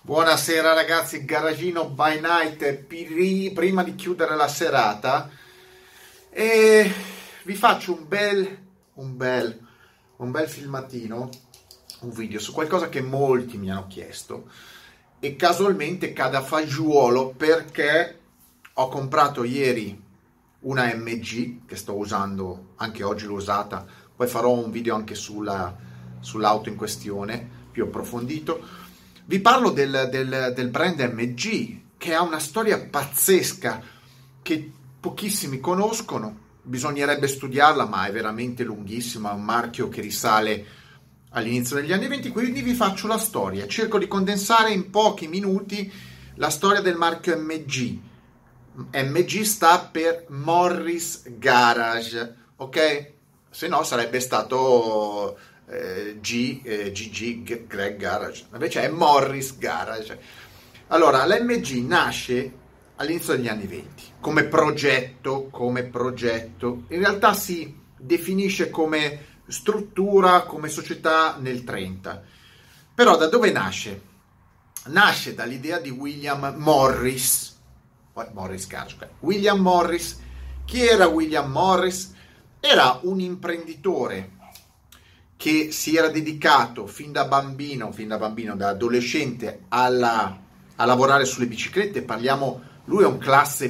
Buonasera ragazzi, Garagino by Night, prima di chiudere la serata e vi faccio un bel filmatino, un video su qualcosa che molti mi hanno chiesto e casualmente cade a fagiolo perché ho comprato ieri una MG che sto usando, anche oggi l'ho usata, poi farò un video anche sull'auto in questione, più approfondito. Vi parlo del brand MG, che ha una storia pazzesca che pochissimi conoscono, bisognerebbe studiarla, ma è veramente lunghissima, è un marchio che risale all'inizio degli anni 20, quindi vi faccio la storia, cerco di condensare in pochi minuti la storia del marchio MG. MG sta per Morris Garage, ok? Se no sarebbe stato Greg Garage, invece è Morris Garage. Allora, l'MG nasce all'inizio degli anni 20 come progetto, in realtà si definisce come struttura, come società nel 30. Però da dove nasce? Nasce dall'idea di William Morris Garage. William Morris. Chi era William Morris? Era un imprenditore che si era dedicato fin da adolescente a lavorare sulle biciclette. Lui è un classe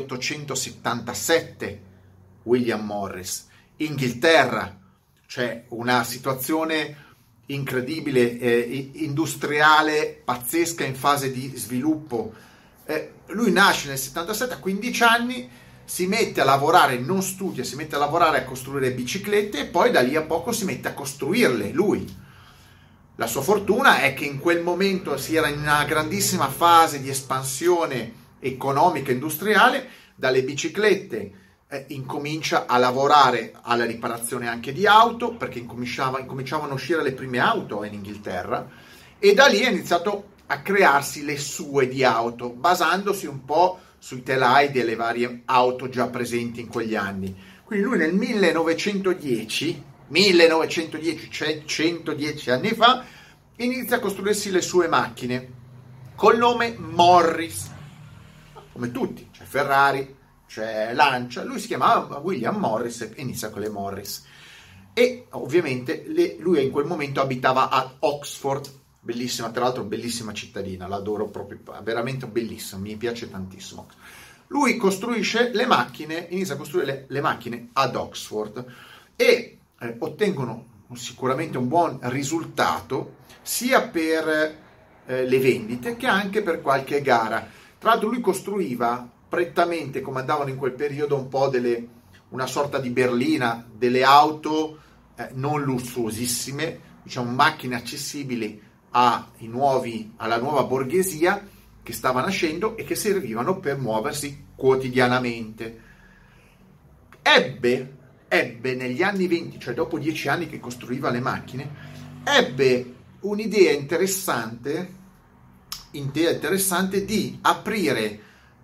1877, William Morris, Inghilterra, cioè una situazione incredibile, industriale, pazzesca, in fase di sviluppo. Lui nasce nel 77, a 15 anni, si mette a lavorare, non studia, si mette a lavorare a costruire biciclette e poi da lì a poco si mette a costruirle lui. La sua fortuna è che in quel momento si era in una grandissima fase di espansione economica e industriale. Dalle biciclette incomincia a lavorare alla riparazione anche di auto, perché incominciavano a uscire le prime auto in Inghilterra, e da lì ha iniziato a crearsi le sue di auto, basandosi un po' sui telai delle varie auto già presenti in quegli anni. Quindi lui nel 1910, cioè 110 anni fa, inizia a costruirsi le sue macchine col nome Morris, come tutti, c'è Ferrari, c'è Lancia, lui si chiamava William Morris e inizia con le Morris. E ovviamente lui in quel momento abitava a Oxford, bellissima, tra l'altro bellissima cittadina, l'adoro proprio, veramente bellissima, mi piace tantissimo. Lui costruisce le macchine, inizia a costruire le macchine ad Oxford e ottengono sicuramente un buon risultato sia per le vendite che anche per qualche gara. Tra l'altro lui costruiva prettamente, come andavano in quel periodo, un po' una sorta di berlina, delle auto non lussuosissime, diciamo macchine accessibili alla nuova borghesia che stava nascendo e che servivano per muoversi quotidianamente. Ebbe negli anni 20, cioè dopo 10 anni che costruiva le macchine, ebbe un'idea interessante di aprire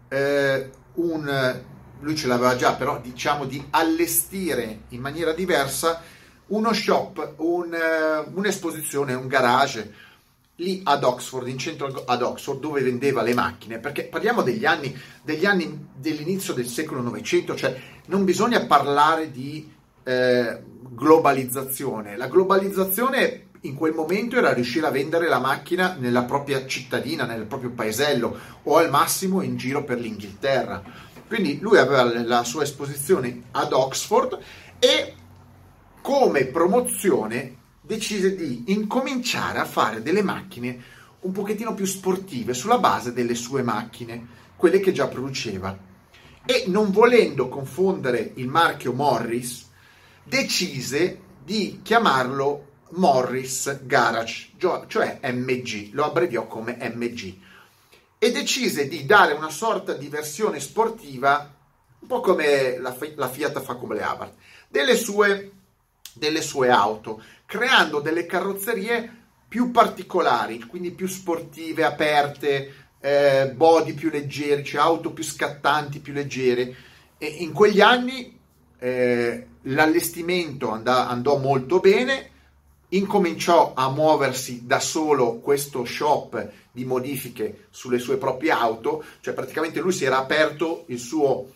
lui ce l'aveva già, però diciamo di allestire in maniera diversa uno shop, un'esposizione, un garage lì ad Oxford, in centro ad Oxford, dove vendeva le macchine, perché parliamo degli anni dell'inizio del secolo Novecento, cioè non bisogna parlare di globalizzazione. La globalizzazione in quel momento era riuscire a vendere la macchina nella propria cittadina, nel proprio paesello o al massimo in giro per l'Inghilterra. Quindi lui aveva la sua esposizione ad Oxford e come promozione decise di incominciare a fare delle macchine un pochettino più sportive sulla base delle sue macchine, quelle che già produceva. E non volendo confondere il marchio Morris, decise di chiamarlo Morris Garage, cioè MG, lo abbreviò come MG, e decise di dare una sorta di versione sportiva, un po' come la Fiat fa con le Abarth, delle sue auto, creando delle carrozzerie più particolari, quindi più sportive, aperte, body più leggeri, cioè auto più scattanti, più leggere. E in quegli anni l'allestimento andò molto bene, incominciò a muoversi da solo questo shop di modifiche sulle sue proprie auto, cioè praticamente lui si era aperto il suo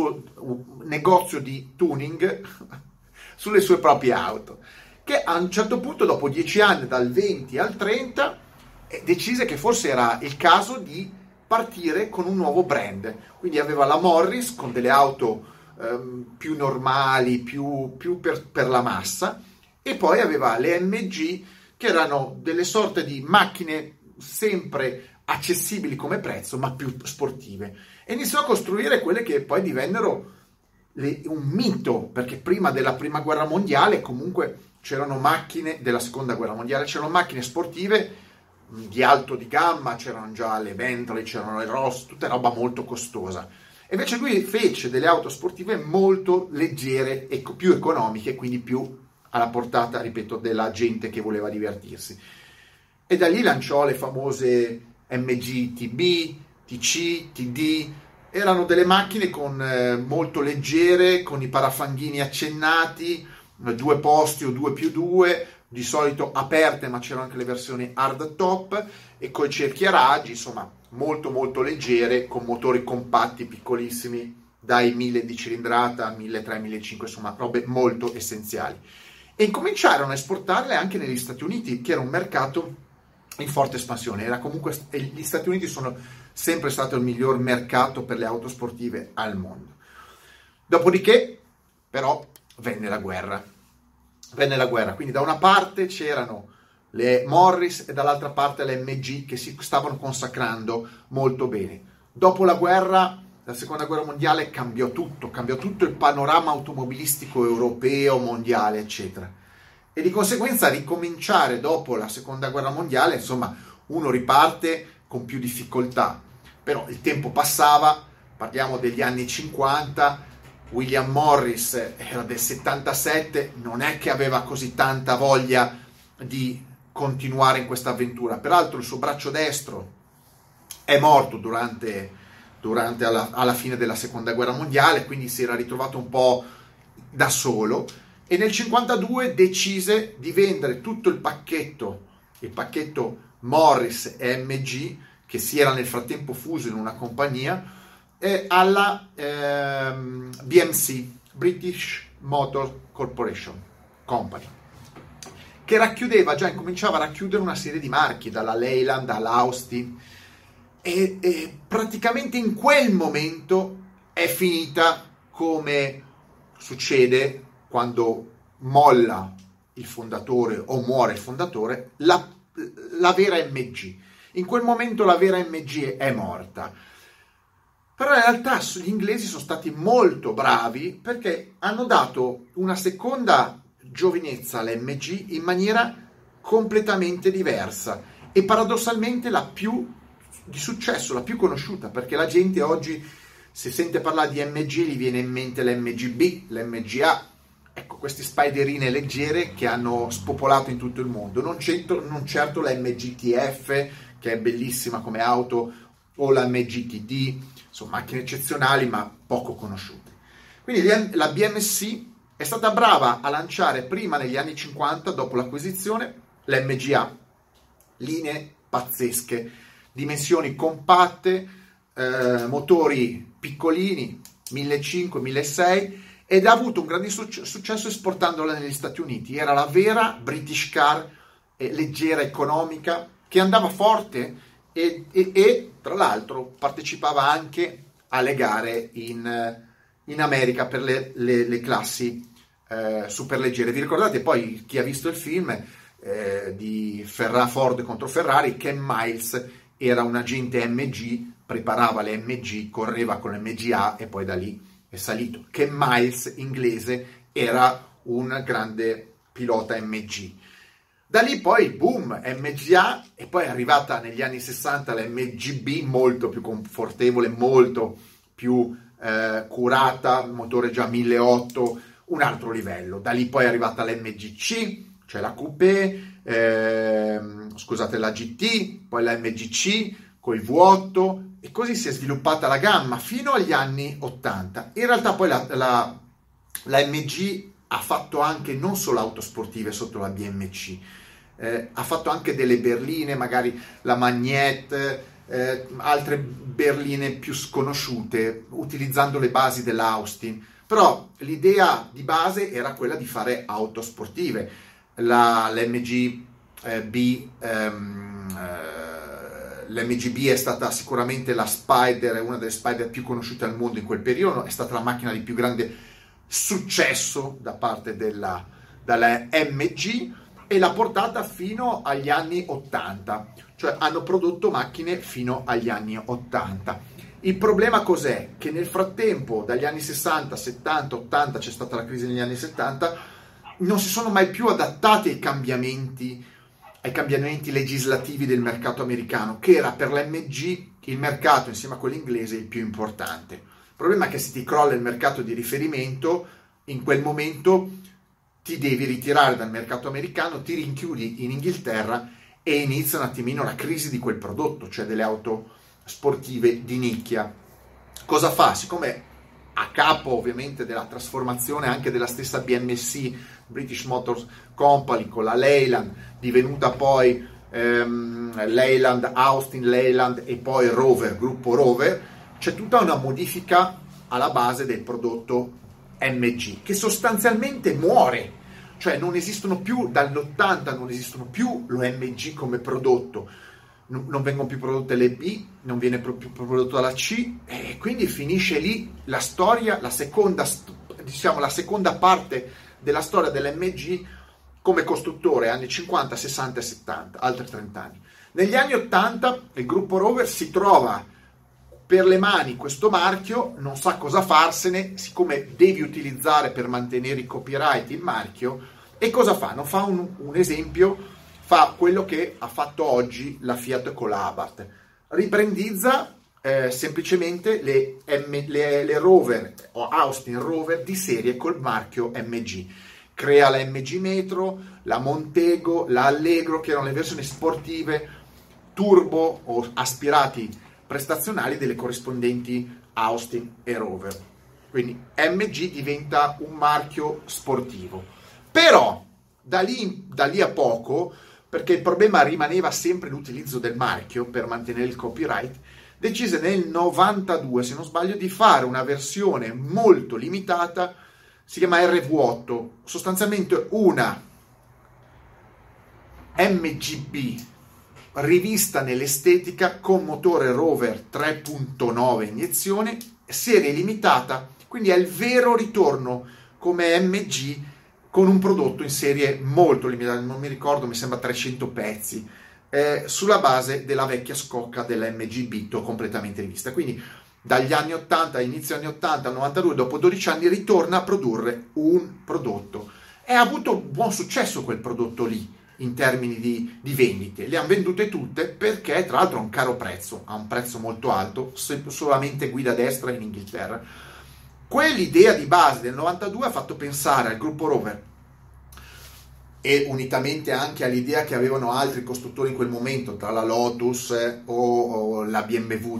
negozio di tuning sulle sue proprie auto, che a un certo punto, dopo 10 anni, dal 20 al 30, decise che forse era il caso di partire con un nuovo brand. Quindi aveva la Morris con delle auto più normali, più per la massa, e poi aveva le MG, che erano delle sorte di macchine sempre accessibili come prezzo, ma più sportive. E iniziò a costruire quelle che poi divennero un mito, perché prima della prima guerra mondiale comunque c'erano macchine, della seconda guerra mondiale c'erano macchine sportive di alto di gamma, c'erano già le Bentley, c'erano le Ross, tutta roba molto costosa. E invece lui fece delle auto sportive molto leggere e più economiche, quindi più alla portata, ripeto, della gente che voleva divertirsi. E da lì lanciò le famose MG TB, TC, TD. Erano delle macchine molto leggere, con i parafanghini accennati, 2 posti o 2+2, di solito aperte, ma c'erano anche le versioni hard top, e coi cerchi a raggi, insomma, molto molto leggere, con motori compatti, piccolissimi, dai 1000 di cilindrata a 1300-1500, insomma, robe molto essenziali. E incominciarono a esportarle anche negli Stati Uniti, che era un mercato in forte espansione. Era comunque, gli Stati Uniti sono sempre stato il miglior mercato per le auto sportive al mondo. Dopodiché, però, venne la guerra. Quindi da una parte c'erano le Morris e dall'altra parte le MG, che si stavano consacrando molto bene. Dopo la guerra, la seconda guerra mondiale, cambiò tutto il panorama automobilistico europeo, mondiale, eccetera. E di conseguenza ricominciare dopo la seconda guerra mondiale, insomma, uno riparte con più difficoltà. Però il tempo passava, parliamo degli anni 50, William Morris era del 77, non è che aveva così tanta voglia di continuare in questa avventura. Peraltro il suo braccio destro è morto alla fine della seconda guerra mondiale, quindi si era ritrovato un po' da solo, e nel 52 decise di vendere tutto il pacchetto Morris e MG, che si era nel frattempo fuso in una compagnia, alla BMC, British Motor Corporation Company, che incominciava a racchiudere una serie di marchi, dalla Leyland all'Austin, e praticamente in quel momento è finita, come succede quando molla il fondatore o muore il fondatore, la vera MG. In quel momento la vera MG è morta. Però in realtà gli inglesi sono stati molto bravi, perché hanno dato una seconda giovinezza all'MG in maniera completamente diversa, e paradossalmente la più di successo, la più conosciuta, perché la gente oggi, se sente parlare di MG, gli viene in mente l'MGB, l'MGA, ecco, queste spiderine leggere che hanno spopolato in tutto il mondo, non certo la MGTF, che è bellissima come auto, o la MGTD, sono macchine eccezionali ma poco conosciute. Quindi la BMC è stata brava a lanciare prima, negli anni 50, dopo l'acquisizione, l'MGA, linee pazzesche, dimensioni compatte, motori piccolini, 1500-1600, ed ha avuto un grande successo esportandola negli Stati Uniti. Era la vera British car, leggera, economica, che andava forte, e tra l'altro partecipava anche alle gare in America per le classi superleggere. Vi ricordate poi, chi ha visto il film di Ford contro Ferrari, Ken Miles era un agente MG, preparava le MG, correva con le MGA e poi da lì è salito. Ken Miles, inglese, era un grande pilota MG. Da lì poi boom, MGA, e poi è arrivata negli anni 60 la MGB, molto più confortevole, molto più curata, motore già 1800, un altro livello. Da lì poi è arrivata l'MGC, cioè la Coupé, la GT, poi la MGC con il V8, e così si è sviluppata la gamma fino agli anni 80. In realtà poi la MG ha fatto anche non solo auto sportive sotto la BMC, ha fatto anche delle berline, magari la Magnette, altre berline più sconosciute, utilizzando le basi dell'Austin. Però l'idea di base era quella di fare auto sportive. L'MG L'MGB è stata sicuramente la Spider, una delle Spider più conosciute al mondo in quel periodo, è stata la macchina di più grande successo da parte dalla MG, e l'ha portata fino agli anni 80, cioè hanno prodotto macchine fino agli anni 80. Il problema cos'è? Che nel frattempo, dagli anni 60, 70, 80, c'è stata la crisi negli anni 70, non si sono mai più adattati ai cambiamenti legislativi del mercato americano, che era per l'MG il mercato, insieme a quello inglese, il più importante. Il problema è che se ti crolla il mercato di riferimento, in quel momento ti devi ritirare dal mercato americano, ti rinchiudi in Inghilterra e inizia un attimino la crisi di quel prodotto, cioè delle auto sportive di nicchia. Cosa fa? Siccome a capo ovviamente della trasformazione anche della stessa BMC, British Motors Company, con la Leyland, divenuta poi Leyland, Austin Leyland e poi Rover, gruppo Rover, c'è tutta una modifica alla base del prodotto MG, che sostanzialmente muore, cioè non esistono più, dall'80 non esistono più lo MG come prodotto, non vengono più prodotte le B, non viene più prodotto la C, e quindi finisce lì la storia, la seconda parte della storia dell'MG come costruttore, anni 50, 60 e 70, altri 30 anni. Negli anni 80 il gruppo Rover si trova per le mani questo marchio, non sa cosa farsene, siccome devi utilizzare per mantenere i copyright il marchio, e cosa fa? Non fa un esempio, fa quello che ha fatto oggi la Fiat con la Abarth, ribrandizza semplicemente le Rover o Austin Rover di serie col marchio MG. Crea la MG Metro, la Montego, la Allegro, che erano le versioni sportive turbo o aspirati prestazionali delle corrispondenti Austin e Rover. Quindi MG diventa un marchio sportivo. Però da lì a poco, perché il problema rimaneva sempre l'utilizzo del marchio per mantenere il copyright, decise nel 92, se non sbaglio, di fare una versione molto limitata, si chiama RV8, sostanzialmente una MGB rivista nell'estetica con motore Rover 3.9 iniezione, serie limitata, quindi è il vero ritorno come MG con un prodotto in serie molto limitata, non mi ricordo, mi sembra 300 pezzi, sulla base della vecchia scocca della MG Bitto completamente rivista. Quindi dagli anni 80, inizio anni 80 al 92, dopo 12 anni, ritorna a produrre un prodotto. E ha avuto buon successo quel prodotto lì, in termini di vendite. Le hanno vendute tutte perché, tra l'altro, a un caro prezzo, a un prezzo molto alto, solamente guida a destra in Inghilterra. Quell'idea di base del 92 ha fatto pensare al gruppo Rover, e unitamente anche all'idea che avevano altri costruttori in quel momento, tra la Lotus o la BMW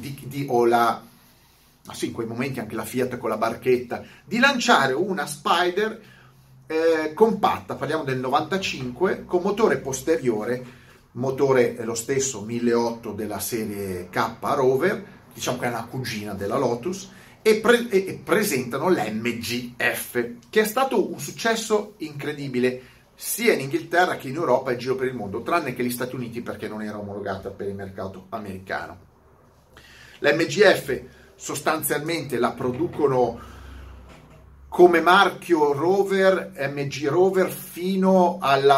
in quei momenti anche la Fiat con la barchetta, di lanciare una Spider compatta, parliamo del 95, con motore posteriore, motore lo stesso 1008 della serie K Rover, diciamo che è una cugina della Lotus, e presentano l'MGF, che è stato un successo incredibile sia in Inghilterra che in Europa e in giro per il mondo, tranne che gli Stati Uniti, perché non era omologata per il mercato americano. L'MGF sostanzialmente la producono come marchio Rover, MG Rover, fino al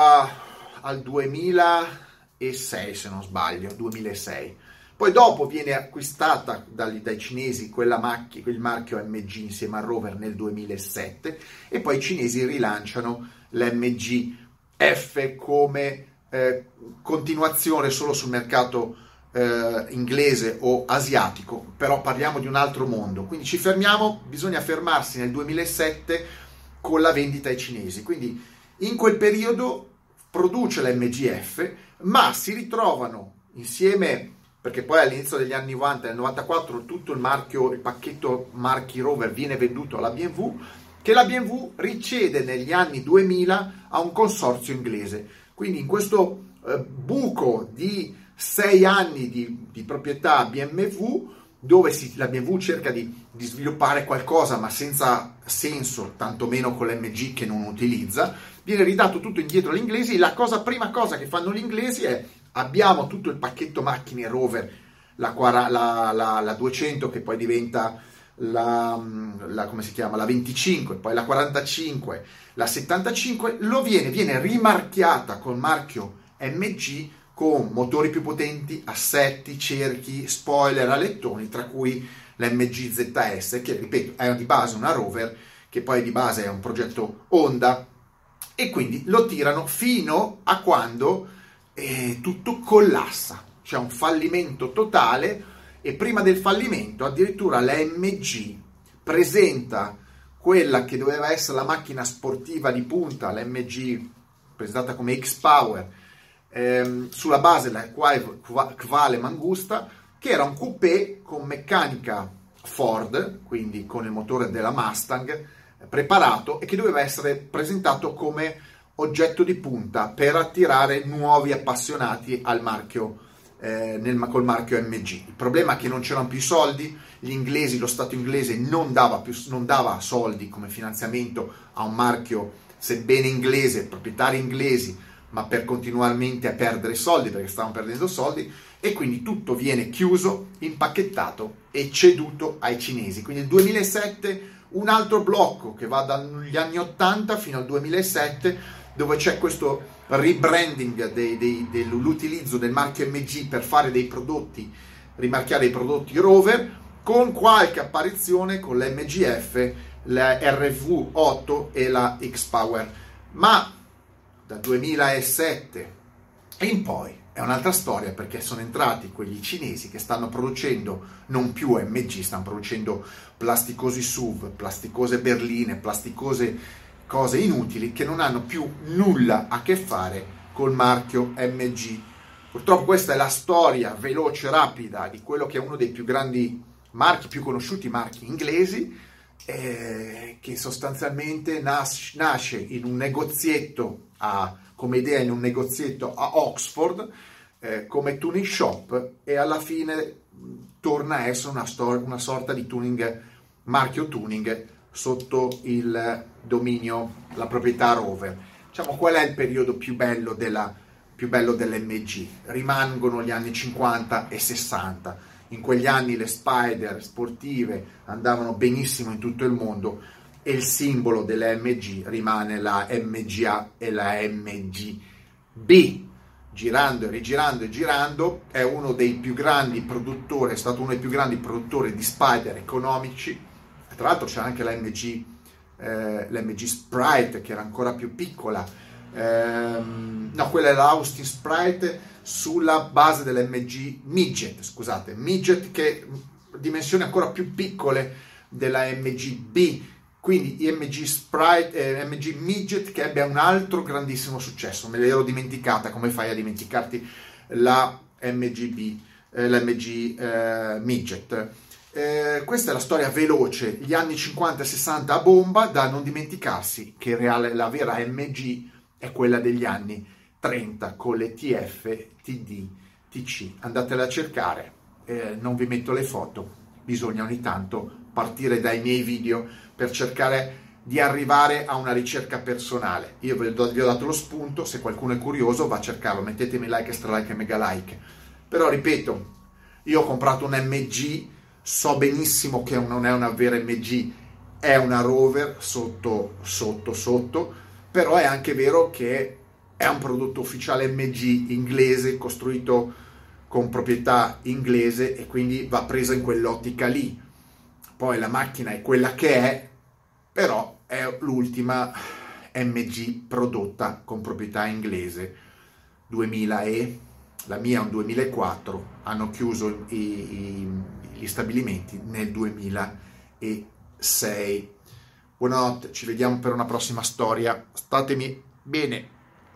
2006, se non sbaglio, 2006. Poi dopo viene acquistata dai cinesi quel marchio MG insieme al Rover nel 2007, e poi i cinesi rilanciano l'MG F come continuazione solo sul mercato inglese o asiatico, però parliamo di un altro mondo. Quindi bisogna fermarsi nel 2007 con la vendita ai cinesi. Quindi in quel periodo produce l'MGF, ma si ritrovano insieme, perché poi all'inizio degli anni 90, nel 94, tutto il pacchetto marchi Rover viene venduto alla BMW, che la BMW ricede negli anni 2000 a un consorzio inglese. Quindi in questo buco di 6 anni di proprietà BMW, dove la BMW cerca di sviluppare qualcosa ma senza senso, tantomeno con l'MG che non utilizza, viene ridato tutto indietro agli inglesi. La prima cosa che fanno gli inglesi è: abbiamo tutto il pacchetto macchine Rover, la 200 che poi diventa come si chiama? La 25, poi la 45, la 75, viene rimarchiata col marchio MG, con motori più potenti, assetti, cerchi, spoiler, alettoni, tra cui l'MG ZS, che ripeto è di base una Rover, che poi di base è un progetto Honda, e quindi lo tirano fino a quando tutto collassa, c'è un fallimento totale, e prima del fallimento addirittura la MG presenta quella che doveva essere la macchina sportiva di punta, l'MG presentata come X-Power, sulla base della quale Mangusta, che era un coupé con meccanica Ford, quindi con il motore della Mustang preparato, e che doveva essere presentato come oggetto di punta per attirare nuovi appassionati al marchio, col marchio MG. Il problema è che non c'erano più i soldi, gli inglesi, lo Stato inglese non dava soldi come finanziamento a un marchio sebbene inglese, proprietari inglesi, ma per continuamente a perdere soldi, perché stavano perdendo soldi, e quindi tutto viene chiuso, impacchettato e ceduto ai cinesi. Quindi nel 2007 un altro blocco che va dagli anni 80 fino al 2007, dove c'è questo rebranding dell'utilizzo del marchio MG per fare dei prodotti, rimarchiare i prodotti Rover, con qualche apparizione con l'MGF, la RV8 e la X-Power. Ma dal 2007 e in poi è un'altra storia, perché sono entrati quegli cinesi che stanno producendo non più MG, stanno producendo plasticosi SUV, plasticose berline, plasticose cose inutili che non hanno più nulla a che fare col marchio MG. Purtroppo questa è la storia veloce, rapida, di quello che è uno dei più grandi marchi, più conosciuti marchi inglesi, che sostanzialmente nasce in un negozietto come idea in un negozietto a Oxford, come tuning shop, e alla fine torna a essere una sorta di marchio tuning sotto il dominio, la proprietà Rover. Diciamo, qual è il periodo più bello dell'MG? Rimangono gli anni 50 e 60. In quegli anni le Spider sportive andavano benissimo in tutto il mondo, e il simbolo dell'MG rimane la MGA e la MGB. Girando e rigirando e girando, è uno dei più grandi produttori, è stato uno dei più grandi produttori di Spider economici. Tra l'altro c'è anche l'MG Sprite, che era ancora più piccola, no, quella è l'Austin Sprite sulla base dell'MG Midget, scusate, Midget, che dimensioni ancora più piccole della MGB. Quindi MG Sprite, MG Midget, che ebbe un altro grandissimo successo. Me l'ero dimenticata, come fai a dimenticarti la MGB, l'MG Midget? Questa è la storia veloce, gli anni 50 e 60 a bomba, da non dimenticarsi che la vera MG è quella degli anni 30 con le TF, TD, TC. Andatela a cercare, non vi metto le foto, bisogna ogni tanto partire dai miei video per cercare di arrivare a una ricerca personale. Io vi ho dato lo spunto, se qualcuno è curioso va a cercarlo, mettetemi like, extra like e mega like. Però ripeto, io ho comprato un MG, so benissimo che non è una vera MG, è una Rover sotto, però è anche vero che è un prodotto ufficiale MG inglese, costruito con proprietà inglese, e quindi va presa in quell'ottica lì. Poi la macchina è quella che è, però è l'ultima MG prodotta con proprietà inglese. 2000 la mia è un 2004, hanno chiuso gli stabilimenti nel 2006. Buonanotte, ci vediamo per una prossima storia, statemi bene.